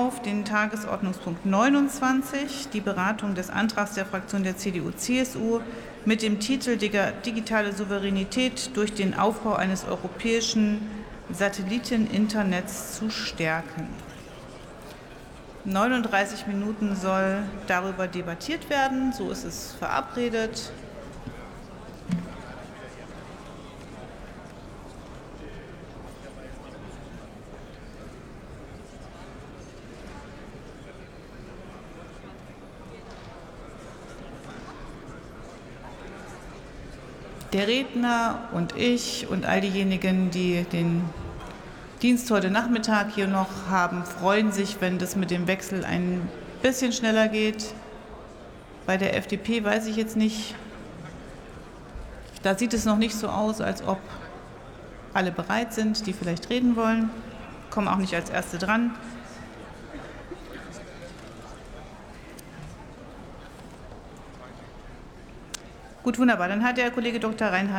auf den Tagesordnungspunkt 29, die Beratung des Antrags der Fraktion der CDU-CSU mit dem Titel Digitale Souveränität durch den Aufbau eines europäischen Satelliteninternets zu stärken. 39 Minuten soll darüber debattiert werden, so ist es verabredet. Der Redner und ich und all diejenigen, die den Dienst heute Nachmittag hier noch haben, freuen sich, wenn das mit dem Wechsel ein bisschen schneller geht. Bei der FDP weiß ich jetzt nicht, da sieht es noch nicht so aus, als ob alle bereit sind, die vielleicht reden wollen, kommen auch nicht als Erste dran. Gut, wunderbar. Dann hat der Kollege Dr. Reinhardt